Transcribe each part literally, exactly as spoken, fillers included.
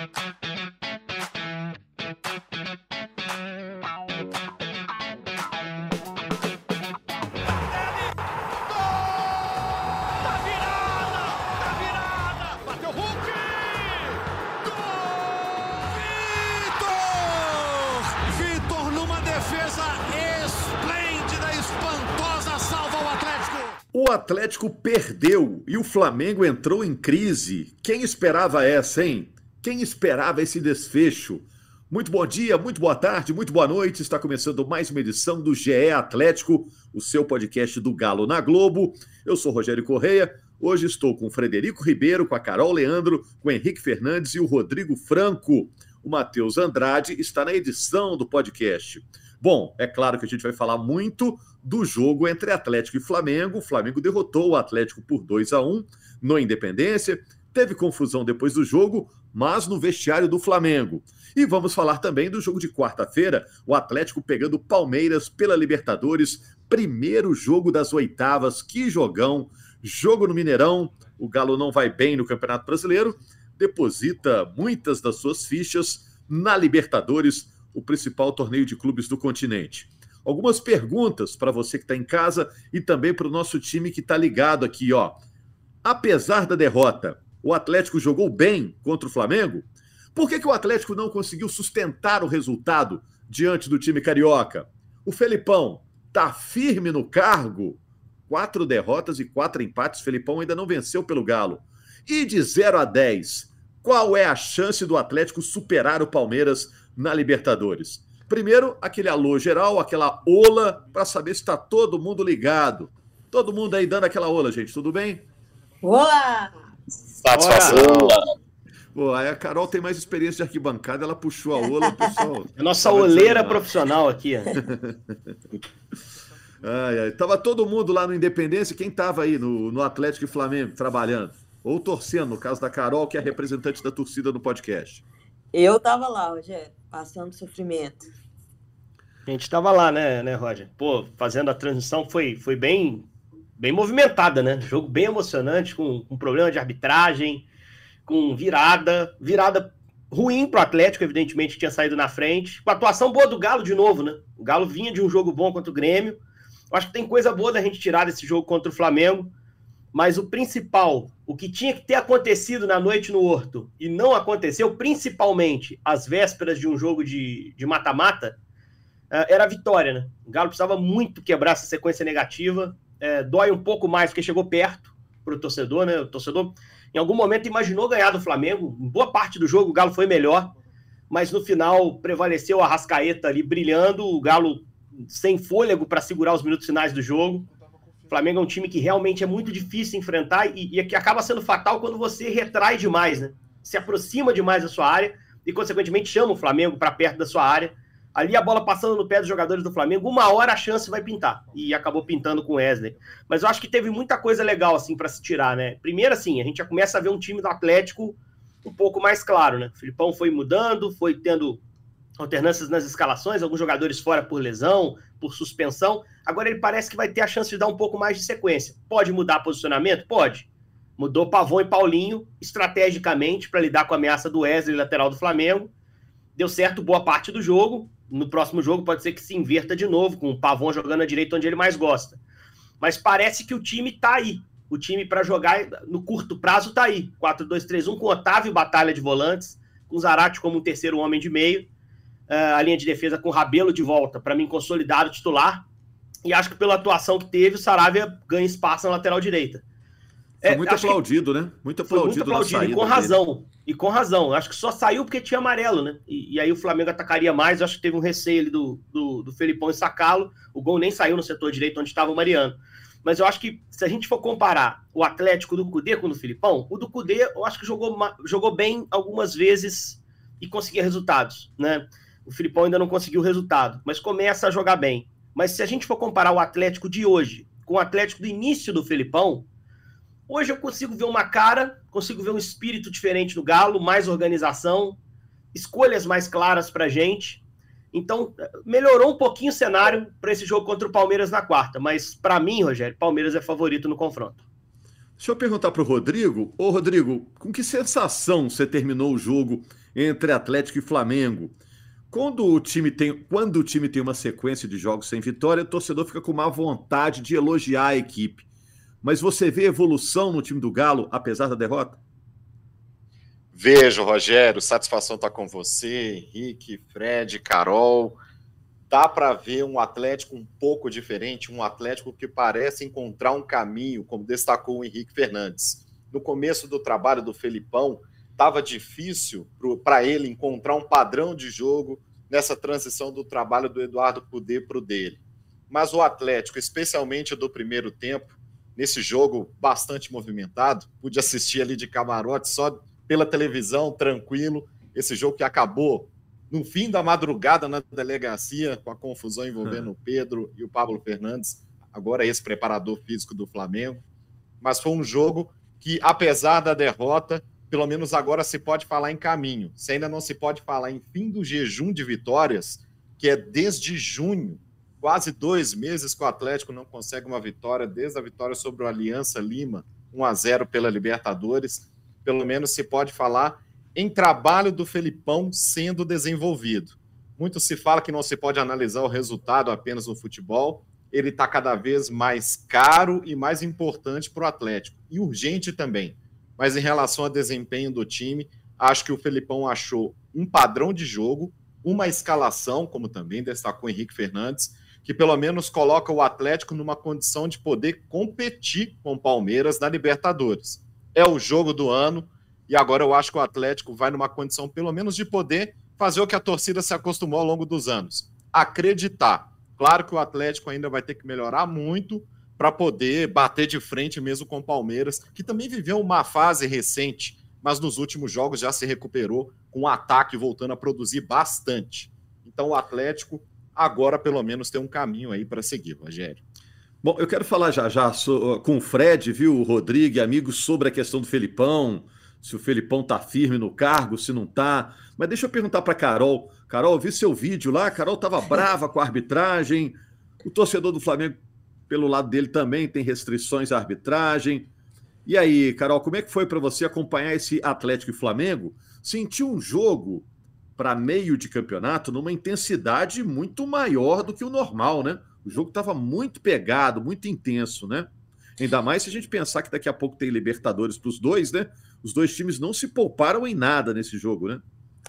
O Atlético perdeu e o Flamengo entrou em crise. Quem esperava essa, hein? Quem esperava esse desfecho? Muito bom dia, muito boa tarde, muito boa noite. Está começando mais uma edição do G E Atlético, o seu podcast do Galo na Globo. Eu sou Rogério Correia. Hoje estou com o Frederico Ribeiro, com a Carol Leandro, com o Henrique Fernandes e o Rodrigo Franco. O Matheus Andrade está na edição do podcast. Bom, é claro que a gente vai falar muito do jogo entre Atlético e Flamengo. O Flamengo derrotou o Atlético por dois a um no Independência. Teve confusão depois do jogo, mas no vestiário do Flamengo. E vamos falar também do jogo de quarta-feira, o Atlético pegando o Palmeiras pela Libertadores, primeiro jogo das oitavas. Que jogão! Jogo no Mineirão. O Galo não vai bem no Campeonato Brasileiro, deposita muitas das suas fichas na Libertadores, o principal torneio de clubes do continente. Algumas perguntas para você que está em casa e também para o nosso time que está ligado aqui, ó. Apesar da derrota, o Atlético jogou bem contra o Flamengo? Por que que o Atlético não conseguiu sustentar o resultado diante do time carioca? O Felipão está firme no cargo? Quatro derrotas e quatro empates, o Felipão ainda não venceu pelo Galo. E de zero a dez, qual é a chance do Atlético superar o Palmeiras na Libertadores? Primeiro, aquele alô geral, aquela ola, para saber se está todo mundo ligado. Todo mundo aí dando aquela ola, gente, tudo bem? Olá! Satisfação! Pô, aí a Carol tem mais experiência de arquibancada, ela puxou a ola, pessoal. A nossa oleira profissional aqui. Ai, ai. Tava todo mundo lá no Independência, quem tava aí no, no Atlético e Flamengo trabalhando? Ou torcendo, no caso da Carol, que é a representante da torcida no podcast. Eu tava lá, Rogério, passando sofrimento. A gente tava lá, né, né, Roger? Pô, fazendo a transmissão foi, foi bem, bem movimentada, né? Jogo bem emocionante, com, com problema de arbitragem, com virada, virada ruim pro Atlético, evidentemente, que tinha saído na frente. Com a atuação boa do Galo de novo, né? O Galo vinha de um jogo bom contra o Grêmio. Eu acho que tem coisa boa da gente tirar desse jogo contra o Flamengo. Mas o principal, o que tinha que ter acontecido na noite no Horto e não aconteceu, principalmente às vésperas de um jogo de de mata-mata, era a vitória, né? O Galo precisava muito quebrar essa sequência negativa. É, dói um pouco mais porque chegou perto para o torcedor, né? O torcedor, em algum momento, imaginou ganhar do Flamengo. Em boa parte do jogo, o Galo foi melhor, mas no final prevaleceu a Arrascaeta ali brilhando, o Galo sem fôlego para segurar os minutos finais do jogo. O Flamengo é um time que realmente é muito difícil enfrentar e, e que acaba sendo fatal quando você retrai demais, né? Se aproxima demais da sua área e, consequentemente, chama o Flamengo para perto da sua área. Ali a bola passando no pé dos jogadores do Flamengo, uma hora a chance vai pintar. E acabou pintando com o Wesley. Mas eu acho que teve muita coisa legal, assim, para se tirar, né? Primeiro, assim, a gente já começa a ver um time do Atlético um pouco mais claro, né? O Filipão foi mudando, foi tendo alternâncias nas escalações, alguns jogadores fora por lesão, por suspensão. Agora ele parece que vai ter a chance de dar um pouco mais de sequência. Pode mudar posicionamento? Pode. Mudou Pavão e Paulinho estrategicamente para lidar com a ameaça do Wesley, lateral do Flamengo. Deu certo boa parte do jogo. No próximo jogo pode ser que se inverta de novo, com o Pavão jogando à direita onde ele mais gosta. Mas parece que o time tá aí. O time para jogar no curto prazo tá aí. quatro dois três um com Otávio, batalha de volantes, com Zarate como um terceiro homem de meio. Uh, a linha de defesa com Rabelo de volta, para mim consolidado titular. E acho que pela atuação que teve, o Saravia ganha espaço na lateral direita. Foi muito é, aplaudido, né? Muito aplaudido, muito aplaudido na saída e com razão. Dele. E com razão. Acho que só saiu porque tinha amarelo, né? E, e aí o Flamengo atacaria mais. Eu acho que teve um receio ali do, do, do Felipão em sacá-lo. O gol nem saiu no setor direito onde estava o Mariano. Mas eu acho que se a gente for comparar o Atlético do Cudê com o do Filipão, o do Cudê eu acho que jogou, jogou bem algumas vezes e conseguia resultados, né? O Filipão ainda não conseguiu o resultado, mas começa a jogar bem. Mas se a gente for comparar o Atlético de hoje com o Atlético do início do Felipão, hoje eu consigo ver uma cara, consigo ver um espírito diferente do Galo, mais organização, escolhas mais claras pra gente. Então, melhorou um pouquinho o cenário para esse jogo contra o Palmeiras na quarta. Mas, para mim, Rogério, Palmeiras é favorito no confronto. Deixa eu perguntar para o Rodrigo. Ô, Rodrigo, com que sensação você terminou o jogo entre Atlético e Flamengo. Quando o time tem, quando o time tem uma sequência de jogos sem vitória, o torcedor fica com má vontade de elogiar a equipe. Mas você vê evolução no time do Galo, apesar da derrota? Vejo, Rogério, satisfação estar com você, Henrique, Fred, Carol. Dá para ver um Atlético um pouco diferente, um Atlético que parece encontrar um caminho, como destacou o Henrique Fernandes. No começo do trabalho do Felipão, estava difícil para ele encontrar um padrão de jogo nessa transição do trabalho do Eduardo Cudê para o dele. Mas o Atlético, especialmente do primeiro tempo, nesse jogo bastante movimentado, pude assistir ali de camarote só pela televisão, tranquilo, esse jogo que acabou no fim da madrugada na delegacia, com a confusão envolvendo o Pedro e o Pablo Fernandes, agora esse preparador físico do Flamengo. Mas foi um jogo que, apesar da derrota, pelo menos agora se pode falar em caminho. Se ainda não se pode falar em fim do jejum de vitórias, que é desde junho, quase dois meses que o Atlético não consegue uma vitória, desde a vitória sobre o Aliança Lima, um a zero pela Libertadores, pelo menos se pode falar em trabalho do Felipão sendo desenvolvido. Muito se fala que não se pode analisar o resultado apenas no futebol, ele está cada vez mais caro e mais importante para o Atlético, e urgente também. Mas em relação ao desempenho do time, acho que o Felipão achou um padrão de jogo, uma escalação, como também destacou Henrique Fernandes, que pelo menos coloca o Atlético numa condição de poder competir com o Palmeiras na Libertadores. É o jogo do ano, e agora eu acho que o Atlético vai numa condição pelo menos de poder fazer o que a torcida se acostumou ao longo dos anos. Acreditar. Claro que o Atlético ainda vai ter que melhorar muito para poder bater de frente mesmo com o Palmeiras, que também viveu uma fase recente, mas nos últimos jogos já se recuperou com o ataque voltando a produzir bastante. Então o Atlético agora pelo menos tem um caminho aí para seguir, Rogério. Bom, eu quero falar já já com o Fred, viu, o Rodrigo, amigos, sobre a questão do Felipão, se o Felipão tá firme no cargo, se não tá. Mas deixa eu perguntar para Carol. Carol, eu vi seu vídeo lá, a Carol tava brava com a arbitragem, o torcedor do Flamengo, pelo lado dele, também tem restrições à arbitragem. E aí, Carol, como é que foi para você acompanhar esse Atlético e Flamengo? Sentiu um jogo para meio de campeonato numa intensidade muito maior do que o normal, né? O jogo estava muito pegado, muito intenso, né? Ainda mais se a gente pensar que daqui a pouco tem Libertadores para os dois, né? Os dois times não se pouparam em nada nesse jogo, né?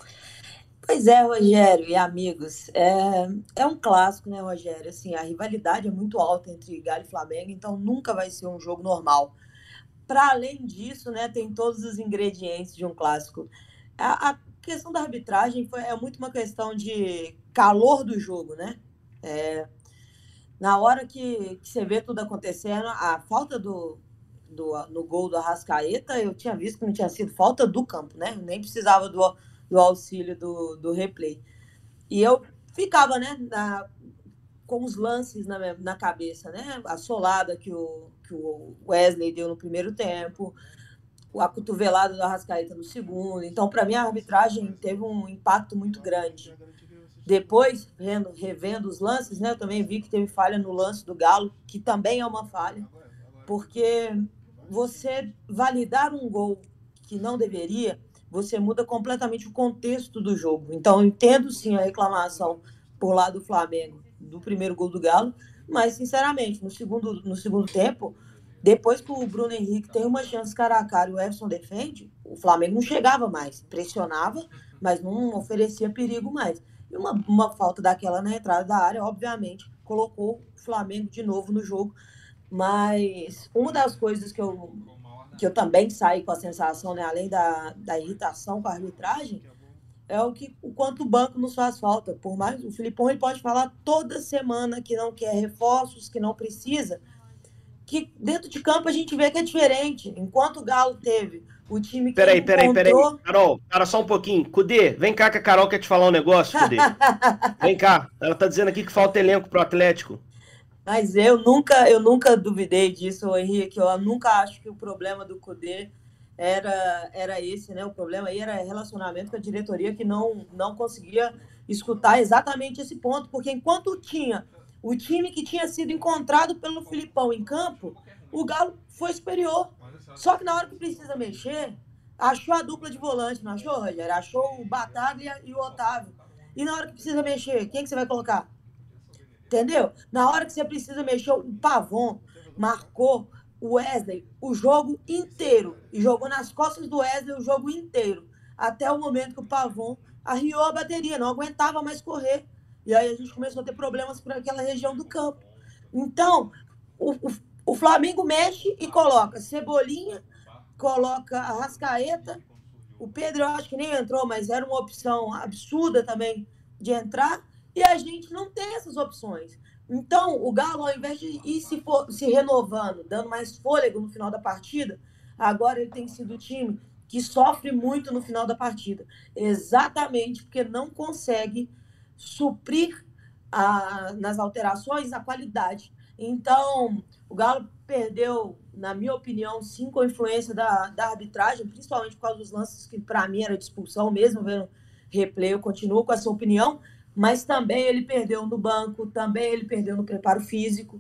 Pois é, Rogério e amigos, é, é um clássico, né, Rogério? Assim, a rivalidade é muito alta entre Galo e Flamengo, então nunca vai ser um jogo normal. Para além disso, né, tem todos os ingredientes de um clássico. A, a questão da arbitragem foi, é muito uma questão de calor do jogo, né? É, na hora que, que você vê tudo acontecendo, a falta do, do, no gol do Arrascaeta, eu tinha visto que não tinha sido falta do campo, né? Nem precisava do, do auxílio do, do replay. E eu ficava, né, na, com os lances na, na cabeça, né? A solada que o, que o Wesley deu no primeiro tempo, a cotovelada do Arrascaeta no segundo. Então, para mim, a arbitragem teve um impacto muito grande. Depois, vendo, revendo os lances, né, eu também vi que teve falha no lance do Galo, que também é uma falha, porque você validar um gol que não deveria, você muda completamente o contexto do jogo. Então, eu entendo sim a reclamação por lá do Flamengo, do primeiro gol do Galo, mas, sinceramente, no segundo, no segundo tempo, depois que o Bruno Henrique tem uma chance cara a cara e o Everson defende, o Flamengo não chegava mais, pressionava, mas não oferecia perigo mais. E uma, uma falta daquela na entrada da área, obviamente, colocou o Flamengo de novo no jogo. Mas uma das coisas que eu, que eu também saí com a sensação, né, além da, da irritação com a arbitragem, é o, que, o quanto o banco nos faz falta. Por mais o Felipão ele pode falar toda semana que não quer reforços, que não precisa, que dentro de campo a gente vê que é diferente. Enquanto o Galo teve o time que Peraí, peraí, encontrou... peraí. Carol, para só um pouquinho. Cudê, vem cá que a Carol quer te falar um negócio, Cudê. Vem cá. Ela tá dizendo aqui que falta elenco pro Atlético. Mas eu nunca, eu nunca duvidei disso, Henrique. Eu nunca acho que o problema do Cudê era, era esse, né? O problema aí era relacionamento com a diretoria que não, não conseguia escutar exatamente esse ponto. Porque enquanto tinha o time que tinha sido encontrado pelo Felipão em campo, o Galo foi superior. Só que na hora que precisa mexer, Achou a dupla de volante, não achou, Rogério? Achou o Bataglia e o Otávio. E na hora que precisa mexer, quem que você vai colocar? Entendeu? Na hora que você precisa mexer, o Pavon marcou o Wesley o jogo inteiro. E jogou nas costas do Wesley o jogo inteiro. Até o momento que o Pavon arriou a bateria, não aguentava mais correr. E aí a gente começou a ter problemas por aquela região do campo. Então, o, o, o Flamengo mexe e coloca Cebolinha, coloca Arrascaeta. O Pedro eu acho que nem entrou, mas era uma opção absurda também de entrar. E a gente não tem essas opções. Então, o Galo, ao invés de ir se, for, se renovando, dando mais fôlego no final da partida, agora ele tem sido o time que sofre muito no final da partida. Exatamente porque não consegue suprir a, nas alterações a qualidade. Então, o Galo perdeu, na minha opinião, sim, com a influência da, da arbitragem, principalmente por causa dos lances que, para mim, era de expulsão mesmo, vendo replay, eu continuo com essa opinião, mas também ele perdeu no banco, também ele perdeu no preparo físico,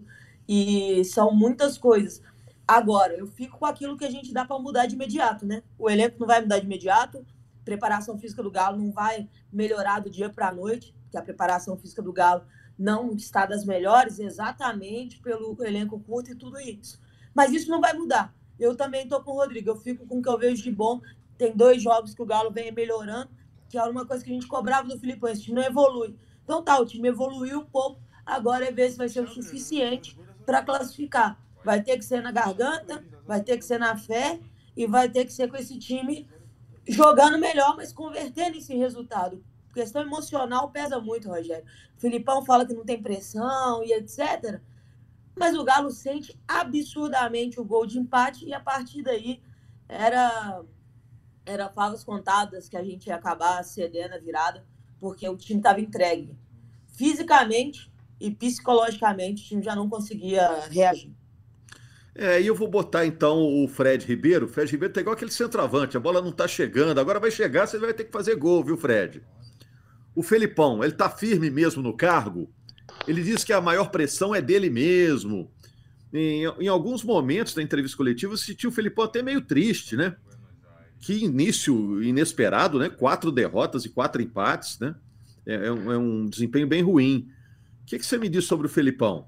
e são muitas coisas. Agora, eu fico com aquilo que a gente dá para mudar de imediato, né? O elenco não vai mudar de imediato, a preparação física do Galo não vai melhorar do dia para a noite, porque a preparação física do Galo não está das melhores, exatamente pelo elenco curto e tudo isso. Mas isso não vai mudar. Eu também estou com o Rodrigo, eu fico com o que eu vejo de bom. Tem dois jogos que o Galo vem melhorando, que era uma coisa que a gente cobrava do Filipão, esse time não evolui. Então tá, o time evoluiu um pouco, agora é ver se vai ser o suficiente para classificar. Vai ter que ser na garganta, vai ter que ser na fé e vai ter que ser com esse time jogando melhor, mas convertendo esse resultado. A questão emocional pesa muito, Rogério. O Filipão fala que não tem pressão e etcétera. Mas o Galo sente absurdamente o gol de empate e a partir daí era... era favas contadas que a gente ia acabar cedendo a virada, porque o time estava entregue. Fisicamente e psicologicamente, o time já não conseguia reagir. É, e eu vou botar então o Fred Ribeiro. O Fred Ribeiro tá igual aquele centroavante, a bola não tá chegando, agora vai chegar, você vai ter que fazer gol, viu, Fred? O Felipão, ele tá firme mesmo no cargo? Ele diz que a maior pressão é dele mesmo. Em, em alguns momentos da entrevista coletiva, eu senti o Felipão até meio triste, né? Que início inesperado, né? Quatro derrotas e quatro empates, né? É, é, um, é um desempenho bem ruim. O que, que você me diz sobre o Felipão?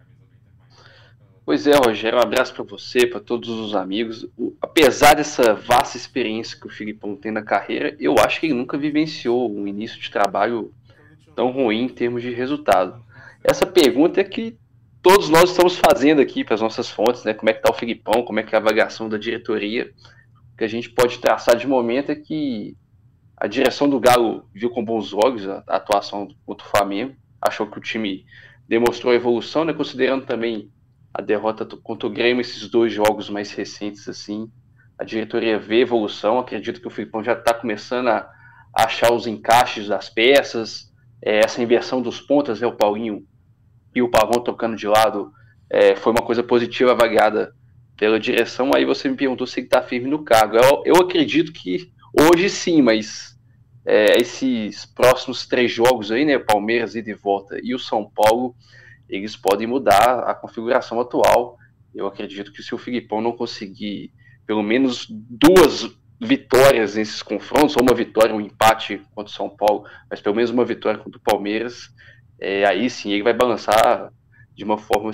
Pois é, Rogério, um abraço para você, para todos os amigos. O, apesar dessa vasta experiência que o Felipão tem na carreira, eu acho que ele nunca vivenciou um início de trabalho tão ruim em termos de resultado. Essa pergunta é que todos nós estamos fazendo aqui para as nossas fontes, né? Como é que está o Felipão, como é que é a avaliação da diretoria. O que a gente pode traçar de momento é que a direção do Galo viu com bons olhos a, a atuação contra o Flamengo, achou que o time demonstrou evolução, né, considerando também a derrota contra o Grêmio, esses dois jogos mais recentes, assim, a diretoria vê evolução, acredito que o Filipão já está começando a, a achar os encaixes das peças, é, essa inversão dos pontas, né, o Paulinho e o Pavon tocando de lado, é, foi uma coisa positiva avaliada pela direção. Aí você me perguntou se ele está firme no cargo. Eu, eu acredito que hoje sim, mas é, esses próximos três jogos aí, né, Palmeiras, ida e volta, e o São Paulo, eles podem mudar a configuração atual. Eu acredito que se o Filipão não conseguir pelo menos duas vitórias nesses confrontos, ou uma vitória, um empate contra o São Paulo, mas pelo menos uma vitória contra o Palmeiras, é, aí sim ele vai balançar de uma forma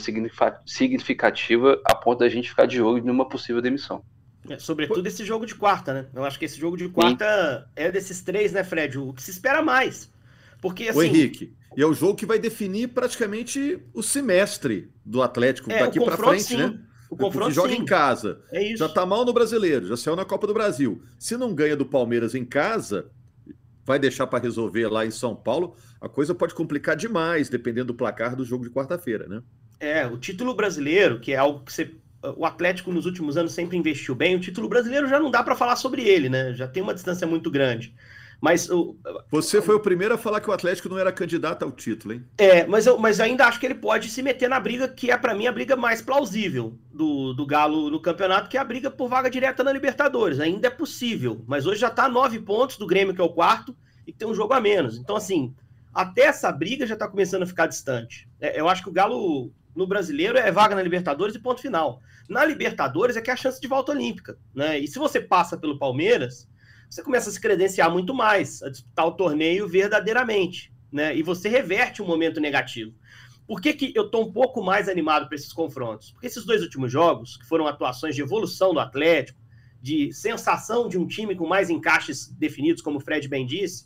significativa a ponto da gente ficar de olho numa possível demissão. É, sobretudo esse jogo de quarta, né? Eu acho que esse jogo de quarta sim. é desses três, né, Fred? O que se espera mais. Porque, assim... O Henrique, e é o jogo que vai definir praticamente o semestre do Atlético é, daqui para frente, sim. né? O confronto que joga sim. em casa. É isso. Já tá mal no Brasileiro, já saiu na Copa do Brasil. Se não ganha do Palmeiras em casa, vai deixar para resolver lá em São Paulo, a coisa pode complicar demais, dependendo do placar do jogo de quarta-feira, né? É, o título brasileiro, que é algo que você, o Atlético nos últimos anos sempre investiu bem, o título brasileiro já não dá para falar sobre ele, né? Já tem uma distância muito grande. Mas o, Você foi o primeiro a falar que o Atlético não era candidato ao título, hein? É, mas eu mas ainda acho que ele pode se meter na briga, que é para mim a briga mais plausível do, do Galo no campeonato, que é a briga por vaga direta na Libertadores. Ainda é possível, mas hoje já está a nove pontos do Grêmio, que é o quarto, e que tem um jogo a menos. Então, assim, até essa briga já está começando a ficar distante. É, eu acho que o Galo no Brasileiro é vaga na Libertadores e ponto final. Na Libertadores é que é a chance de volta olímpica, né? E se você passa pelo Palmeiras, você começa a se credenciar muito mais, a disputar o torneio verdadeiramente, né? E você reverte um momento negativo. Por que que eu estou um pouco mais animado para esses confrontos? Porque esses dois últimos jogos, que foram atuações de evolução do Atlético, de sensação de um time com mais encaixes definidos, como o Fred bem disse,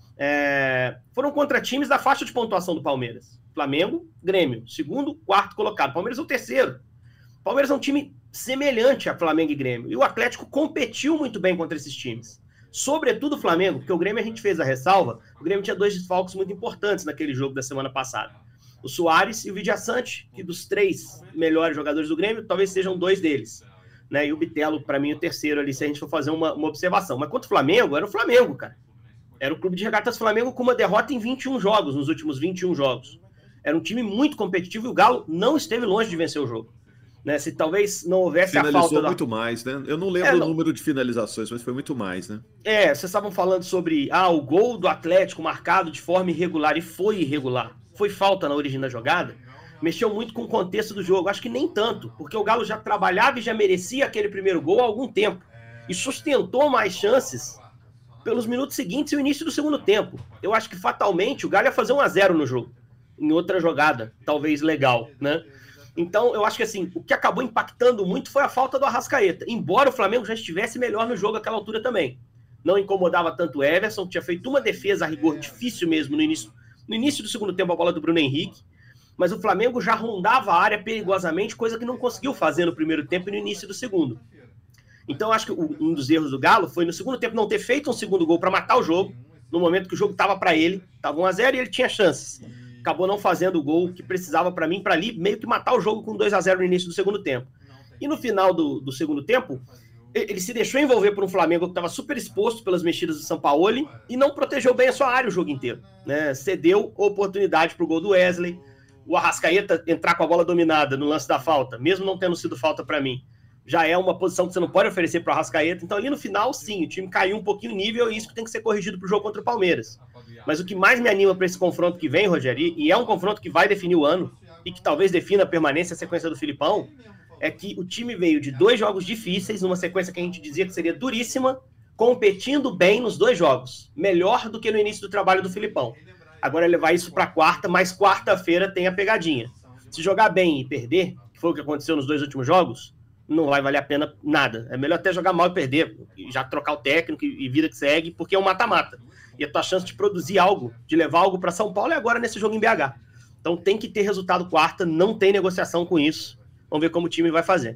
é, foram contra times da faixa de pontuação do Palmeiras. Flamengo, Grêmio, segundo, quarto colocado. Palmeiras é o terceiro. Palmeiras é um time semelhante a Flamengo e Grêmio. E o Atlético competiu muito bem contra esses times. Sobretudo o Flamengo, porque o Grêmio a gente fez a ressalva, o Grêmio tinha dois desfalques muito importantes naquele jogo da semana passada. O Soares e o Vidiaçante, que dos três melhores jogadores do Grêmio, talvez sejam dois deles. Né? E o Bitelo, para mim, o terceiro ali, se a gente for fazer uma, uma observação. Mas contra o Flamengo, era o Flamengo, cara. Era o Clube de Regatas Flamengo com uma derrota em vinte e um jogos, nos últimos vinte e um jogos. Era um time muito competitivo e o Galo não esteve longe de vencer o jogo. Né? Se talvez não houvesse Finalizou a falta... Finalizou muito da... mais, né? Eu não lembro é, não... o número de finalizações, mas foi muito mais, né? É, vocês estavam falando sobre ah, o gol do Atlético marcado de forma irregular, e foi irregular. Foi falta na origem da jogada. Mexeu muito com o contexto do jogo. Acho que nem tanto, porque o Galo já trabalhava e já merecia aquele primeiro gol há algum tempo. E sustentou mais chances pelos minutos seguintes e o início do segundo tempo. Eu acho que fatalmente o Galo ia fazer um a zero no jogo. Em outra jogada, talvez legal, né? Então, eu acho que assim, o que acabou impactando muito foi a falta do Arrascaeta. Embora o Flamengo já estivesse melhor no jogo àquela altura também. Não incomodava tanto o Everson, que tinha feito uma defesa a rigor difícil mesmo no início, no início do segundo tempo, a bola do Bruno Henrique. Mas o Flamengo já rondava a área perigosamente, coisa que não conseguiu fazer no primeiro tempo e no início do segundo. Então, eu acho que um dos erros do Galo foi no segundo tempo não ter feito um segundo gol para matar o jogo, no momento que o jogo estava para ele, estava um a zero e ele tinha chances. Acabou não fazendo o gol que precisava para mim, para ali, meio que matar o jogo com dois a zero no início do segundo tempo. E no final do, do segundo tempo, ele se deixou envolver por um Flamengo que estava super exposto pelas mexidas do Sampaoli e não protegeu bem a sua área o jogo inteiro. Né? Cedeu oportunidade para o gol do Wesley, o Arrascaeta entrar com a bola dominada no lance da falta, mesmo não tendo sido falta para mim, já é uma posição que você não pode oferecer para o Arrascaeta. Então ali no final, sim, o time caiu um pouquinho o nível e isso que tem que ser corrigido para o jogo contra o Palmeiras. Mas o que mais me anima para esse confronto que vem, Rogério, e é um confronto que vai definir o ano e que talvez defina a permanência e a sequência do Filipão, é que o time veio de dois jogos difíceis, numa sequência que a gente dizia que seria duríssima, competindo bem nos dois jogos, melhor do que no início do trabalho do Filipão. Agora levar isso para quarta, mas quarta-feira tem a pegadinha. Se jogar bem e perder, que foi o que aconteceu nos dois últimos jogos, não vai valer a pena nada. É melhor até jogar mal e perder, já trocar o técnico e vida que segue, porque é um mata-mata. E a tua chance de produzir algo, de levar algo para São Paulo é agora nesse jogo em B H. Então tem que ter resultado quarta, não tem negociação com isso. Vamos ver como o time vai fazer.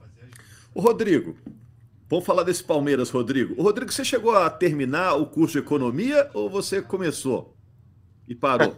O Rodrigo, vamos falar desse Palmeiras, Rodrigo. O Rodrigo, você chegou a terminar o curso de economia ou você começou e parou?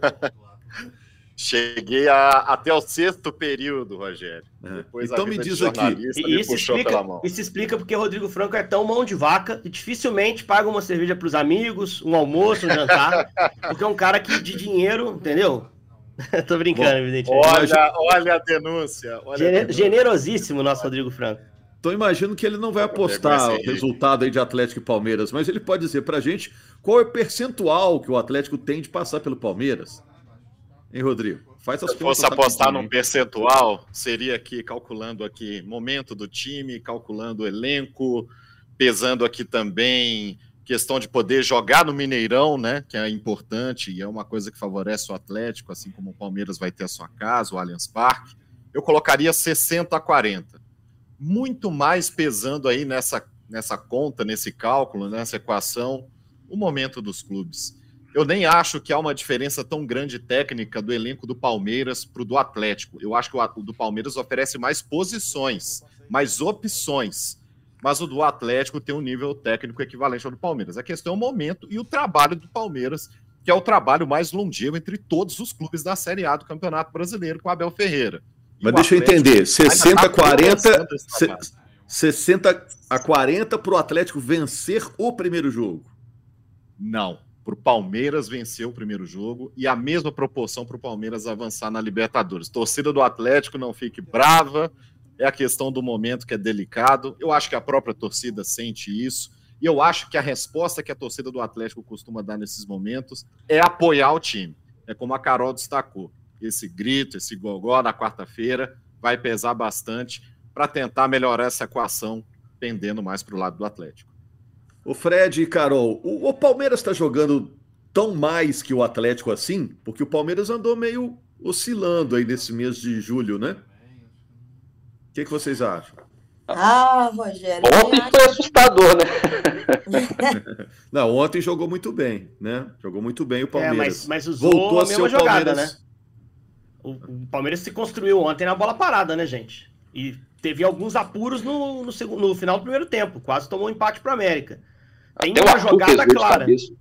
Cheguei a, até o sexto período, Rogério. É. Então me diz aqui. E isso explica, isso explica porque o Rodrigo Franco é tão mão de vaca e dificilmente paga uma cerveja para os amigos, um almoço, um jantar, porque é um cara que de dinheiro, entendeu? Tô brincando, bom, evidentemente. Olha, olha a denúncia. Olha Gener- a denúncia. Generosíssimo o nosso Rodrigo Franco. Então imagino que ele não vai apostar o resultado aí de Atlético e Palmeiras, mas ele pode dizer pra gente qual é o percentual que o Atlético tem de passar pelo Palmeiras. Hein, Rodrigo? Faz as Se fosse apostar num percentual, seria aqui, calculando aqui momento do time, calculando o elenco, pesando aqui também questão de poder jogar no Mineirão, né, que é importante e é uma coisa que favorece o Atlético, assim como o Palmeiras vai ter a sua casa, o Allianz Parque. Eu colocaria sessenta a quarenta. Muito mais pesando aí nessa, nessa conta, nesse cálculo, nessa equação, o momento dos clubes. Eu nem acho que há uma diferença tão grande técnica do elenco do Palmeiras para o do Atlético. Eu acho que o do Palmeiras oferece mais posições, mais opções, mas o do Atlético tem um nível técnico equivalente ao do Palmeiras. A questão é o momento e o trabalho do Palmeiras, que é o trabalho mais longevo entre todos os clubes da Série A do Campeonato Brasileiro, com Abel Ferreira. E mas deixa eu entender, sessenta a quarenta, sessenta a quarenta para o Atlético vencer o primeiro jogo? Não. Para o Palmeiras vencer o primeiro jogo e a mesma proporção para o Palmeiras avançar na Libertadores. Torcida do Atlético, não fique brava, é a questão do momento que é delicado. Eu acho que a própria torcida sente isso e eu acho que a resposta que a torcida do Atlético costuma dar nesses momentos é apoiar o time. É como a Carol destacou. Esse grito, esse gogó na quarta-feira vai pesar bastante para tentar melhorar essa equação pendendo mais para o lado do Atlético. O Fred e Carol, o, o Palmeiras está jogando tão mais que o Atlético assim? Porque o Palmeiras andou meio oscilando aí nesse mês de julho, né? O que, que vocês acham? Ah, Rogério. Ontem eu foi acho- assustador, né? Não, ontem jogou muito bem, né? Jogou muito bem o É, Palmeiras. mas, mas usou Voltou a a ser mesma o jogada, Palmeiras. né? O, o Palmeiras se construiu ontem na bola parada, né, gente? E teve alguns apuros no, no, segundo, no final do primeiro tempo. Quase tomou um empate para o América. Tem Até o uma Arthur jogada fez gol de clara. cabeça.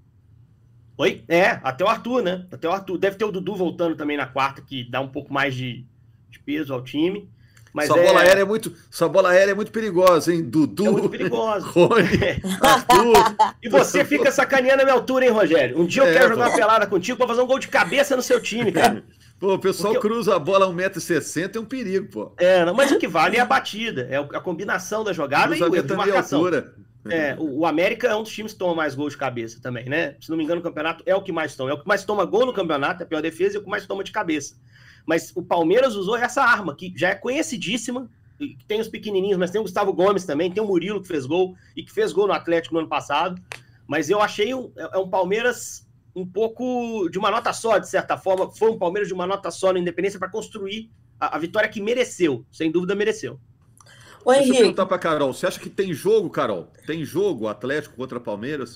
Oi? É, até o Arthur, né? Até o Arthur. Deve ter o Dudu voltando também na quarta, que dá um pouco mais de, de peso ao time. Mas Sua é, bola aérea é muito, sua bola aérea é muito perigosa, hein? Dudu, é muito perigosa. Rony, Arthur. E você fica sacaneando a minha altura, hein, Rogério? Um dia eu É, quero jogar pô. uma pelada contigo pra fazer um gol de cabeça no seu time, cara. Pô, o pessoal Porque eu- cruza a bola a um metro e sessenta, é um perigo, pô. É, não, mas o que vale é a batida, é a combinação da jogada e o erro Cruzamento de a meia marcação. altura. É, o, o América é um dos times que toma mais gols de cabeça também, né? Se não me engano, o campeonato é o que mais toma. É o que mais toma gol no campeonato, é a pior defesa, e o que mais toma de cabeça. Mas o Palmeiras usou essa arma, que já é conhecidíssima, e que tem os pequenininhos, mas tem o Gustavo Gomes também, tem o Murilo que fez gol, e que fez gol no Atlético no ano passado. Mas eu achei um, é um Palmeiras um pouco de uma nota só, de certa forma. Foi um Palmeiras de uma nota só na Independência para construir a, a vitória que mereceu, sem dúvida mereceu. Ô, Deixa eu Henrique, perguntar pra Carol. Você acha que tem jogo, Carol? Tem jogo Atlético contra Palmeiras?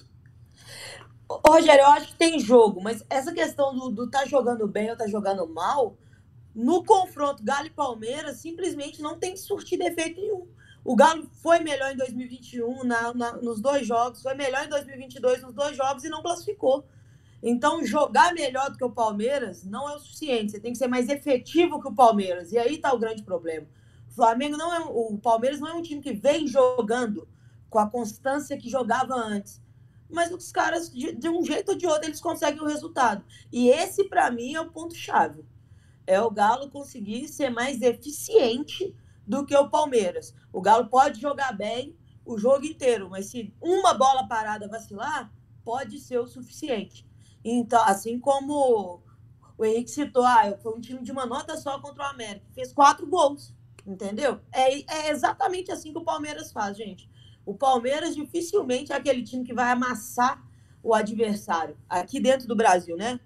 Ô, Rogério, eu acho que tem jogo, mas essa questão do, do tá jogando bem ou tá jogando mal, no confronto Galo e Palmeiras, simplesmente não tem surtido efeito nenhum. O Galo foi melhor em dois mil e vinte e um na, na, nos dois jogos, foi melhor em dois mil e vinte e dois nos dois jogos e não classificou. Então, jogar melhor do que o Palmeiras não é o suficiente. Você tem que ser mais efetivo que o Palmeiras. E aí tá o grande problema. O Flamengo não é, o Palmeiras não é um time que vem jogando com a constância que jogava antes. Mas os caras, de, de um jeito ou de outro, eles conseguem o resultado. E esse, para mim, é o ponto-chave. É o Galo conseguir ser mais eficiente do que o Palmeiras. O Galo pode jogar bem o jogo inteiro, mas se uma bola parada vacilar, pode ser o suficiente. Então, assim como o Henrique citou, ah, foi um time de uma nota só contra o América, fez quatro gols, entendeu? É, é exatamente assim que o Palmeiras faz, gente. O Palmeiras dificilmente é aquele time que vai amassar o adversário aqui dentro do Brasil, né?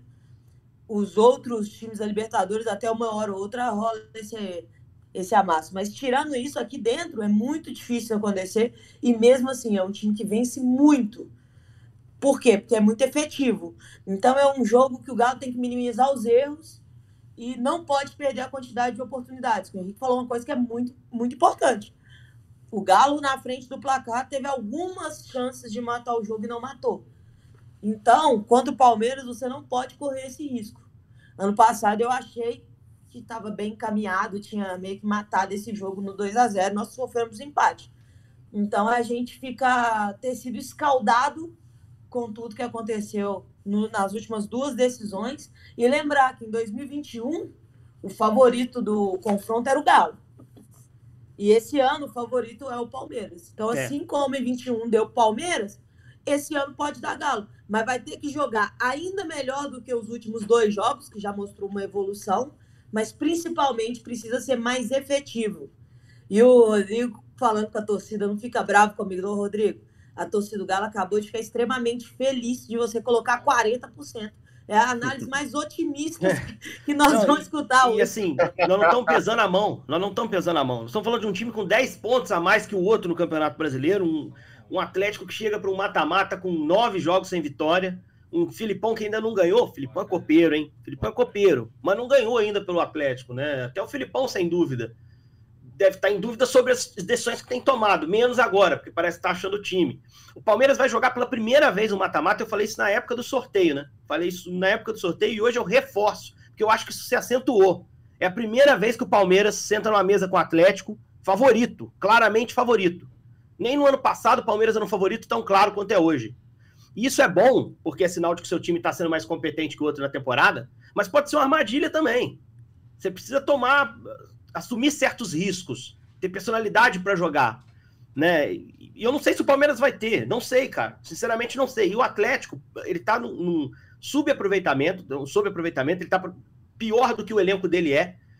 Os outros times da Libertadores, até uma hora ou outra, rola esse, esse amasso. Mas tirando isso, aqui dentro é muito difícil acontecer. E mesmo assim, é um time que vence muito. Por quê? Porque é muito efetivo. Então é um jogo que o Galo tem que minimizar os erros e não pode perder a quantidade de oportunidades. O Henrique falou uma coisa que é muito, muito importante. O Galo, na frente do placar, teve algumas chances de matar o jogo e não matou. Então, contra o Palmeiras, você não pode correr esse risco. Ano passado, eu achei que estava bem encaminhado, tinha meio que matado esse jogo no dois a zero, nós sofremos empate. Então, a gente fica ter sido escaldado com tudo que aconteceu no, nas últimas duas decisões. E lembrar que em dois mil e vinte e um, o favorito do confronto era o Galo. E esse ano, o favorito é o Palmeiras. Então, É. assim como em vinte e um deu Palmeiras, esse ano pode dar Galo. Mas vai ter que jogar ainda melhor do que os últimos dois jogos, que já mostrou uma evolução, mas principalmente precisa ser mais efetivo. E o Rodrigo falando com a torcida, não fica bravo comigo, não, Rodrigo? A torcida do Galo acabou de ficar extremamente feliz de você colocar quarenta por cento. É a análise mais otimista que nós Não, vamos escutar E hoje. assim, nós não estamos pesando a mão. Nós não estamos pesando a mão. Nós estamos falando de um time com dez pontos a mais que o outro no Campeonato Brasileiro. Um, um Atlético que chega para um mata-mata com nove jogos sem vitória. Um Filipão que ainda não ganhou. Filipão é copeiro, hein? Filipão é copeiro. Mas não ganhou ainda pelo Atlético, né? Até o Filipão, sem dúvida, deve estar em dúvida sobre as decisões que tem tomado. Menos agora, porque parece que está achando o time. O Palmeiras vai jogar pela primeira vez no mata-mata. Eu falei isso na época do sorteio, né? Falei isso na época do sorteio e hoje eu reforço, porque eu acho que isso se acentuou. É a primeira vez que o Palmeiras senta numa mesa com o Atlético favorito, claramente favorito. Nem no ano passado o Palmeiras era um favorito tão claro quanto é hoje. E isso é bom, porque é sinal de que o seu time está sendo mais competente que o outro na temporada, mas pode ser uma armadilha também. Você precisa tomar, assumir certos riscos, ter personalidade para jogar, né? E eu não sei se o Palmeiras vai ter, não sei, cara, sinceramente não sei. E o Atlético, ele tá num, num subaproveitamento, um subaproveitamento, ele tá pior do que o elenco dele é.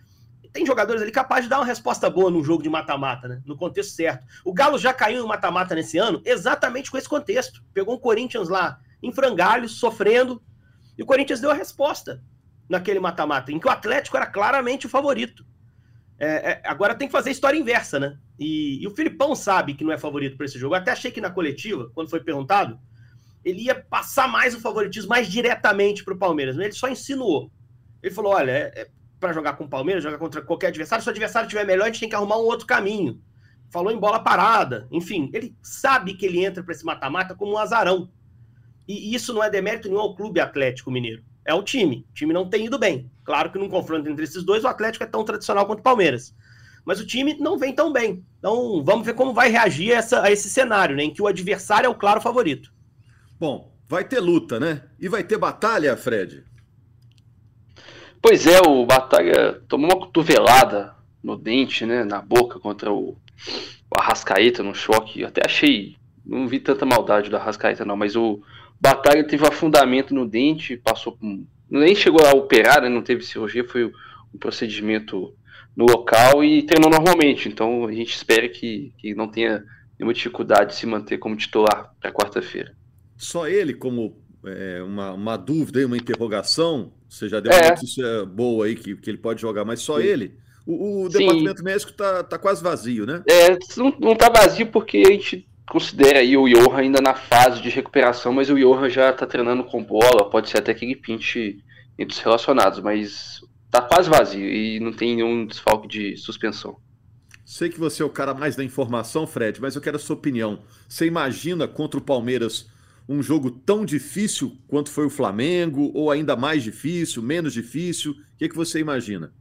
tem jogadores ali capazes de dar uma resposta boa num jogo de mata-mata, né? No contexto certo. O Galo já caiu em mata-mata nesse ano exatamente com esse contexto. Pegou um Corinthians lá em frangalhos, sofrendo, e o Corinthians deu a resposta naquele mata-mata, em que o Atlético era claramente o favorito. É, é, agora tem que fazer a história inversa, né? E, e o Filipão sabe que não é favorito para esse jogo. Eu até achei que na coletiva, quando foi perguntado, ele ia passar mais o favoritismo mais diretamente para o Palmeiras, mas ele só insinuou. Ele falou, olha, é, é para jogar com o Palmeiras, jogar contra qualquer adversário, se o adversário estiver melhor, a gente tem que arrumar um outro caminho. Falou em bola parada, enfim, ele sabe que ele entra para esse mata-mata como um azarão. E isso não é demérito nenhum ao Clube Atlético Mineiro. É o time. O time não tem ido bem. Claro que num confronto entre esses dois, o Atlético é tão tradicional quanto o Palmeiras. Mas o time não vem tão bem. Então, vamos ver como vai reagir essa, a esse cenário, né, em que o adversário é o claro favorito. Bom, vai ter luta, né? E vai ter batalha, Fred? Pois é, o Batalha tomou uma cotovelada no dente, né, na boca contra o, o Arrascaeta no choque. Eu até achei, não vi tanta maldade do Arrascaeta não, mas o Batalha teve afundamento no dente, passou por, nem chegou a operar, né, não teve cirurgia, foi um procedimento no local e treinou normalmente. Então a gente espera que, que não tenha nenhuma dificuldade de se manter como titular para quarta-feira. Só ele como é, uma, uma dúvida, uma interrogação? Você já deu uma É. notícia boa aí que, que ele pode jogar, mas só Sim. ele? O, o Sim. departamento médico tá, tá quase vazio, né? É, não, não tá vazio porque a gente considera aí o Johan ainda na fase de recuperação, mas o Johan já tá treinando com bola, pode ser até que ele pinte entre os relacionados, mas tá quase vazio e não tem nenhum desfalque de suspensão. Sei que você é o cara mais da informação, Fred, mas eu quero a sua opinião. Você imagina contra o Palmeiras um jogo tão difícil quanto foi o Flamengo, ou ainda mais difícil, menos difícil? O que, que você imagina?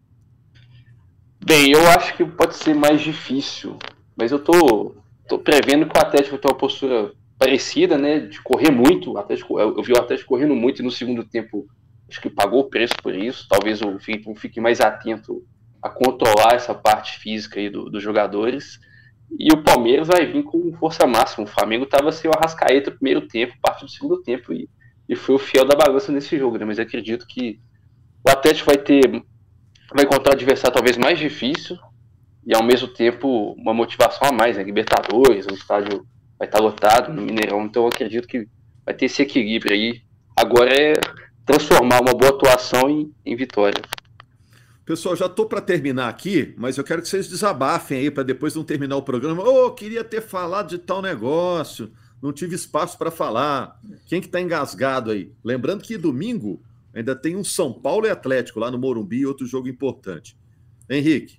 Bem, eu acho que pode ser mais difícil, mas eu tô, tô prevendo que o Atlético vai ter uma postura parecida, né, de correr muito. O Atlético, eu vi o Atlético correndo muito e no segundo tempo acho que pagou o preço por isso. Talvez o Felipe fique mais atento a controlar essa parte física aí do, dos jogadores. E o Palmeiras vai vir com força máxima. O Flamengo estava sem o Arrascaeta no primeiro tempo, parte do segundo tempo, e, e foi o fiel da balança nesse jogo, né? Mas eu acredito que o Atlético vai ter, vai encontrar um adversário talvez mais difícil e ao mesmo tempo uma motivação a mais, né? Libertadores, o estádio vai estar lotado no Mineirão, então eu acredito que vai ter esse equilíbrio aí. Agora é transformar uma boa atuação em, em vitória. Pessoal, já estou para terminar aqui, mas eu quero que vocês desabafem aí para depois não terminar o programa. Ô, oh, queria ter falado de tal negócio, não tive espaço para falar. Quem que está engasgado aí? Lembrando que domingo ainda tem um São Paulo e Atlético lá no Morumbi, outro jogo importante. Henrique.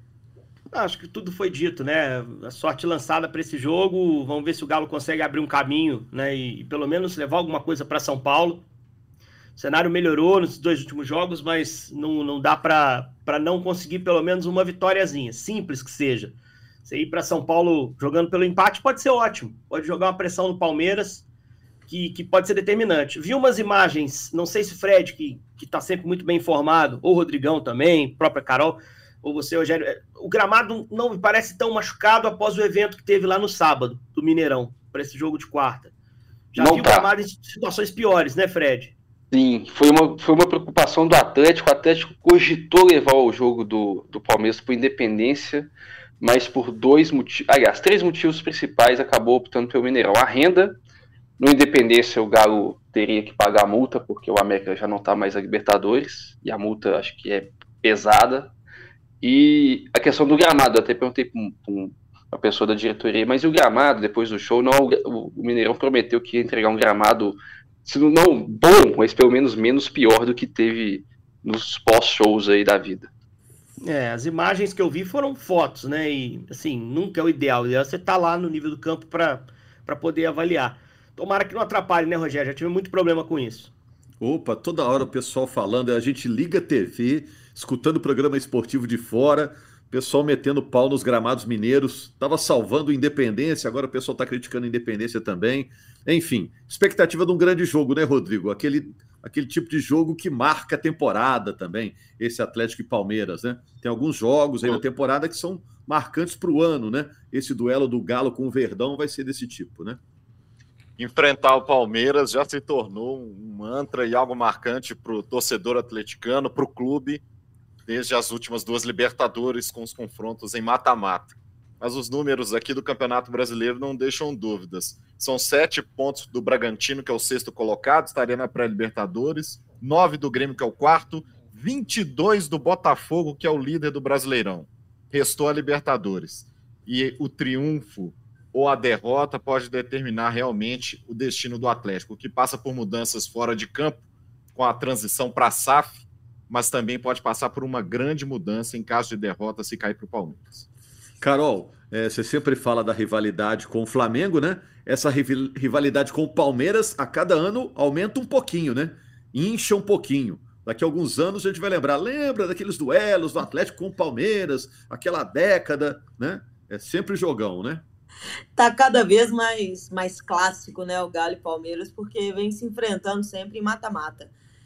Acho que tudo foi dito, né? A sorte lançada para esse jogo. Vamos ver se o Galo consegue abrir um caminho, né? E, e pelo menos levar alguma coisa para São Paulo. O cenário melhorou nos dois últimos jogos, mas não, não dá para não conseguir pelo menos uma vitóriazinha, simples que seja. Você ir para São Paulo jogando pelo empate pode ser ótimo. Pode jogar uma pressão no Palmeiras, que, que pode ser determinante. Vi umas imagens, não sei se Fred, que está sempre muito bem informado, ou Rodrigão também, própria Carol, ou você, Rogério, o gramado não me parece tão machucado após o evento que teve lá no sábado, do Mineirão, para esse jogo de quarta. Já não vi tá. o gramado em situações piores, né, Fred? Sim, foi uma, foi uma preocupação do Atlético. O Atlético cogitou levar o jogo do, do Palmeiras para Independência, mas por dois motivos, aliás, três motivos principais acabou optando pelo Mineirão. A renda, no Independência o Galo teria que pagar a multa, porque o América já não está mais na Libertadores, e a multa acho que é pesada. E a questão do gramado, eu até perguntei para um, uma pessoa da diretoria, mas e o gramado depois do show? Não, o, o Mineirão prometeu que ia entregar um gramado, se não bom, mas pelo menos menos pior do que teve nos pós-shows aí da vida. É, as imagens que eu vi foram fotos, né? E, assim, nunca é o ideal. O ideal é você estar lá no nível do campo para poder avaliar. Tomara que não atrapalhe, né, Rogério? Já tive muito problema com isso. Opa, toda hora o pessoal falando, a gente liga a T V, escutando o programa esportivo de fora, pessoal metendo pau nos gramados mineiros, tava salvando o Independência, agora o pessoal tá criticando a Independência também. Enfim, expectativa de um grande jogo, né, Rodrigo? Aquele, aquele tipo de jogo que marca a temporada também, esse Atlético e Palmeiras, né? Tem alguns jogos aí na temporada que são marcantes para o ano, né? Esse duelo do Galo com o Verdão vai ser desse tipo, né? Enfrentar o Palmeiras já se tornou um mantra e algo marcante para o torcedor atleticano, para o clube. desde as últimas duas Libertadores com os confrontos em mata-mata. Mas os números aqui do Campeonato Brasileiro não deixam dúvidas. São sete pontos do Bragantino, que é o sexto colocado, estaria na pré-Libertadores, nove do Grêmio, que é o quarto, vinte e dois do Botafogo, que é o líder do Brasileirão. Restou a Libertadores. E o triunfo ou a derrota pode determinar realmente o destino do Atlético, que passa por mudanças fora de campo, com a transição para a S A F, mas também pode passar por uma grande mudança em caso de derrota se cair para o Palmeiras. Carol, é, você sempre fala da rivalidade com o Flamengo, né? Essa rivalidade com o Palmeiras, a cada ano, aumenta um pouquinho, né? Incha um pouquinho. Daqui a alguns anos a gente vai lembrar, lembra daqueles duelos do Atlético com o Palmeiras, aquela década, né? É sempre jogão, né? Tá cada vez mais, mais clássico, né, o Galo e Palmeiras, porque vem se enfrentando sempre em mata-mata.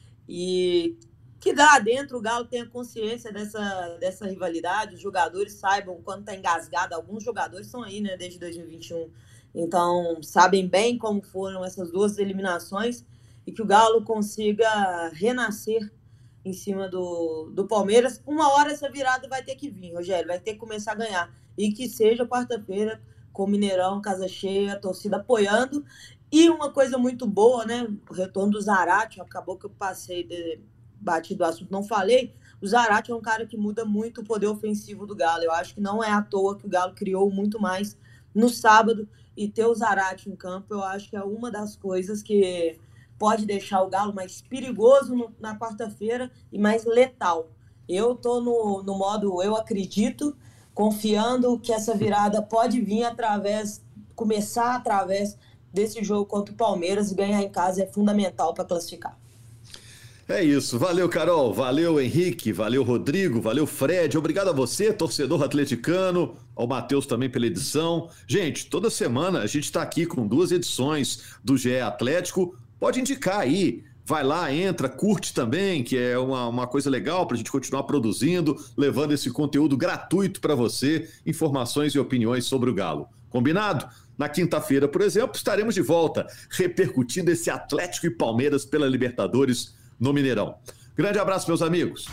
E que lá dentro o Galo tenha consciência dessa, dessa rivalidade, os jogadores saibam quando tá engasgado. Alguns jogadores estão aí, né, desde dois mil e vinte e um, então sabem bem como foram essas duas eliminações e que o Galo consiga renascer em cima do, do Palmeiras. Uma hora essa virada vai ter que vir, Rogério, vai ter que começar a ganhar. E que seja quarta-feira com o Mineirão, casa cheia, a torcida apoiando. E uma coisa muito boa, né? O retorno do Zarate, acabou que eu passei de batido o assunto, não falei. O Zarate é um cara que muda muito o poder ofensivo do Galo. Eu acho que não é à toa que o Galo criou muito mais no sábado. E ter o Zarate em campo, eu acho que é uma das coisas que pode deixar o Galo mais perigoso no, na quarta-feira e mais letal. Eu tô no, no modo eu acredito, confiando que essa virada pode vir através, começar através desse jogo contra o Palmeiras, e ganhar em casa é fundamental para classificar. É isso. Valeu, Carol. Valeu, Henrique. Valeu, Rodrigo. Valeu, Fred. Obrigado a você, torcedor atleticano. Ao Matheus também pela edição. Gente, toda semana a gente está aqui com duas edições do G E Atlético. Pode indicar aí. Vai lá, entra, curte também, que é uma, uma coisa legal para a gente continuar produzindo, levando esse conteúdo gratuito para você, informações e opiniões sobre o Galo. Combinado? Na quinta-feira, por exemplo, estaremos de volta, repercutindo esse Atlético e Palmeiras pela Libertadores no Mineirão. Grande abraço, meus amigos.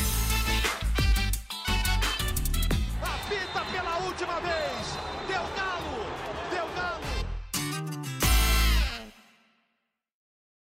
Apita pela última vez. Deu Galo.